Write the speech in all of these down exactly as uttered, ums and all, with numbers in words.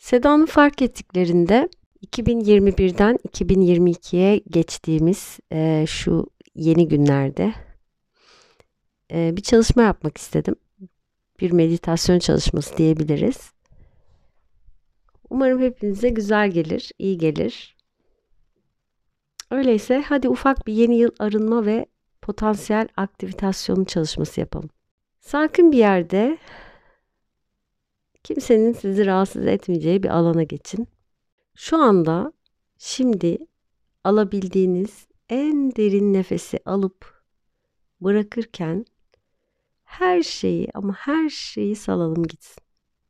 Seda'nın fark ettiklerinde iki bin yirmi birden iki bin yirmi ikiye geçtiğimiz e, şu yeni günlerde e, bir çalışma yapmak istedim. Bir meditasyon çalışması diyebiliriz. Umarım hepinize güzel gelir, iyi gelir. Öyleyse hadi ufak bir yeni yıl arınma ve potansiyel aktivasyonu çalışması yapalım. Sakin bir yerde, kimsenin sizi rahatsız etmeyeceği bir alana geçin. Şu anda, şimdi alabildiğiniz en derin nefesi alıp bırakırken her şeyi ama her şeyi salalım gitsin.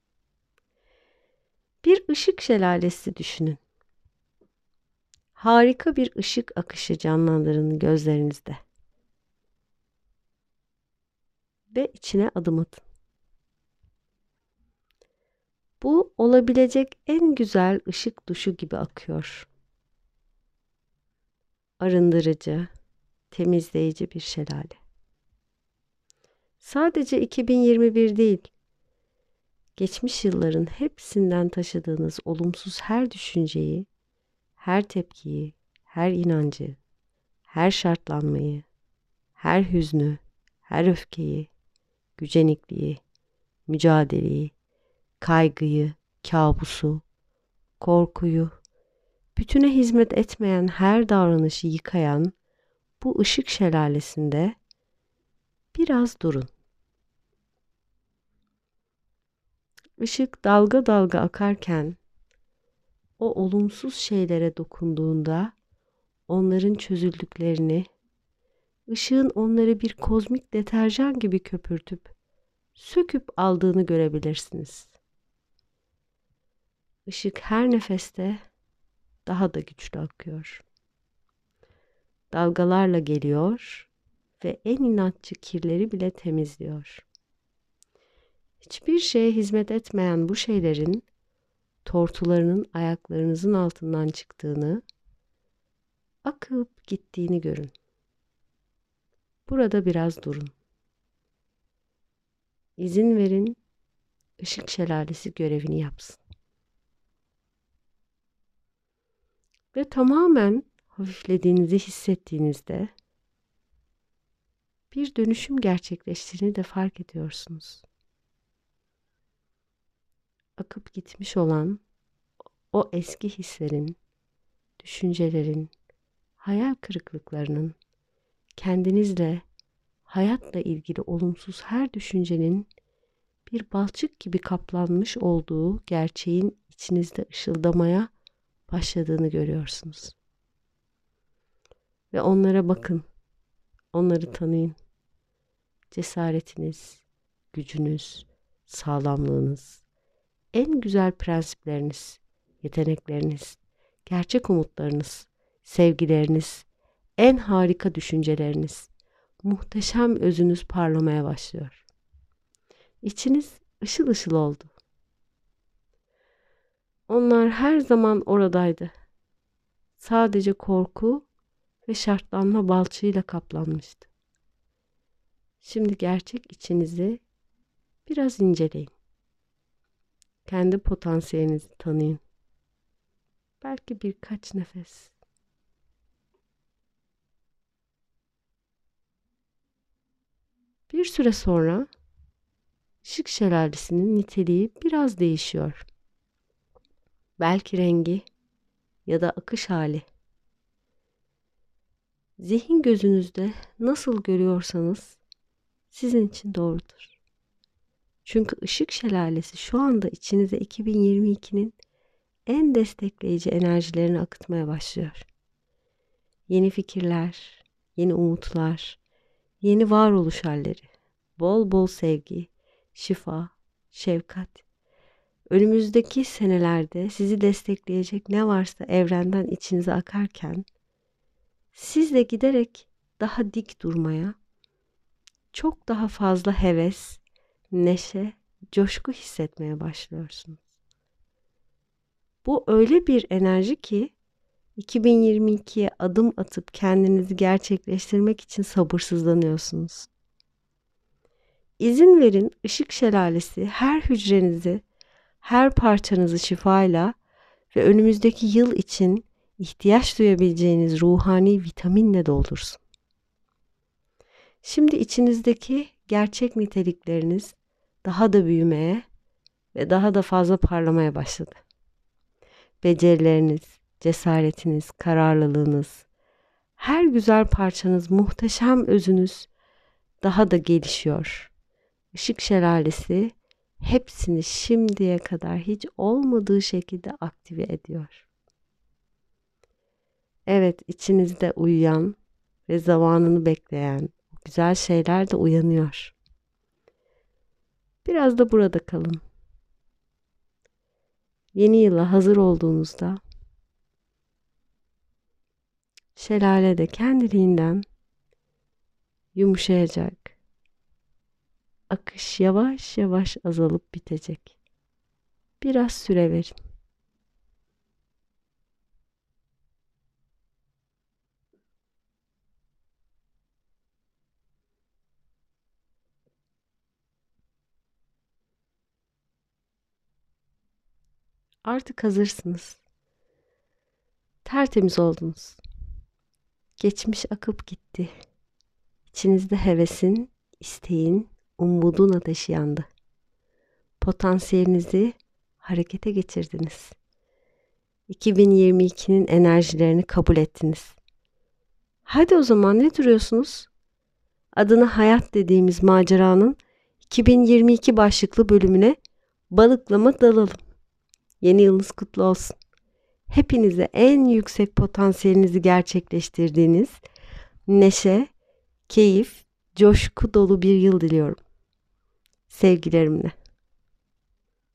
Bir ışık şelalesi düşünün. Harika bir ışık akışı canlandırın gözlerinizde. Ve içine adım atın. Bu olabilecek en güzel ışık duşu gibi akıyor. Arındırıcı, temizleyici bir şelale. Sadece iki bin yirmi bir değil, geçmiş yılların hepsinden taşıdığınız olumsuz her düşünceyi, her tepkiyi, her inancı, her şartlanmayı, her hüznü, her öfkeyi, gücenikliği, mücadeleyi, kaygıyı, kabusu, korkuyu, bütüne hizmet etmeyen her davranışı yıkayan bu ışık şelalesinde biraz durun. Işık dalga dalga akarken o olumsuz şeylere dokunduğunda onların çözüldüklerini, ışığın onları bir kozmik deterjan gibi köpürtüp söküp aldığını görebilirsiniz. Işık her nefeste daha da güçlü akıyor. Dalgalarla geliyor ve en inatçı kirleri bile temizliyor. Hiçbir şeye hizmet etmeyen bu şeylerin tortularının ayaklarınızın altından çıktığını, akıp gittiğini görün. Burada biraz durun. İzin verin, ışık şelalesi görevini yapsın. Ve tamamen hafiflediğinizi hissettiğinizde bir dönüşüm gerçekleştiğini de fark ediyorsunuz. Akıp gitmiş olan o eski hislerin, düşüncelerin, hayal kırıklıklarının, kendinizle, hayatla ilgili olumsuz her düşüncenin bir balçık gibi kaplanmış olduğu gerçeğin içinizde ışıldamaya başladığını görüyorsunuz. Ve onlara bakın, onları tanıyın. Cesaretiniz, gücünüz, sağlamlığınız, en güzel prensipleriniz, yetenekleriniz, gerçek umutlarınız, sevgileriniz, en harika düşünceleriniz, muhteşem özünüz parlamaya başlıyor. İçiniz ışıl ışıl oldu. Onlar her zaman oradaydı. Sadece korku ve şartlanma balçığıyla kaplanmıştı. Şimdi gerçek içinizi biraz inceleyin. Kendi potansiyelinizi tanıyın. Belki birkaç nefes. Bir süre sonra ışık şelalesinin niteliği biraz değişiyor. Belki rengi ya da akış hali. Zihin gözünüzde nasıl görüyorsanız sizin için doğrudur. Çünkü ışık şelalesi şu anda içinize iki bin yirmi ikinin en destekleyici enerjilerini akıtmaya başlıyor. Yeni fikirler, yeni umutlar, yeni varoluş halleri, bol bol sevgi, şifa, şefkat. Önümüzdeki senelerde sizi destekleyecek ne varsa evrenden içinize akarken, siz de giderek daha dik durmaya, çok daha fazla heves, neşe, coşku hissetmeye başlıyorsunuz. Bu öyle bir enerji ki iki bin yirmi ikiye adım atıp kendinizi gerçekleştirmek için sabırsızlanıyorsunuz. İzin verin ışık şelalesi her hücrenizi, her parçanızı şifayla ve önümüzdeki yıl için ihtiyaç duyabileceğiniz ruhani vitaminle doldursun. Şimdi içinizdeki gerçek nitelikleriniz daha da büyümeye ve daha da fazla parlamaya başladı. Becerileriniz, cesaretiniz, kararlılığınız, her güzel parçanız, muhteşem özünüz daha da gelişiyor. Işık şelalesi hepsini şimdiye kadar hiç olmadığı şekilde aktive ediyor. Evet, içinizde uyuyan ve zamanını bekleyen güzel şeyler de uyanıyor. Biraz da burada kalın. Yeni yıla hazır olduğunuzda şelale de kendiliğinden yumuşayacak. Akış yavaş yavaş azalıp bitecek. Biraz süre verin. Artık hazırsınız. Tertemiz oldunuz. Geçmiş akıp gitti. İçinizde hevesin, isteğin, umudun ateşi yandı. Potansiyelinizi harekete geçirdiniz. iki bin yirmi ikinin enerjilerini kabul ettiniz. Hadi o zaman ne duruyorsunuz? Adına hayat dediğimiz maceranın iki bin yirmi iki başlıklı bölümüne balıklama dalalım. Yeni yılınız kutlu olsun. Hepinize en yüksek potansiyelinizi gerçekleştirdiğiniz neşe, keyif, coşku dolu bir yıl diliyorum. Sevgilerimle.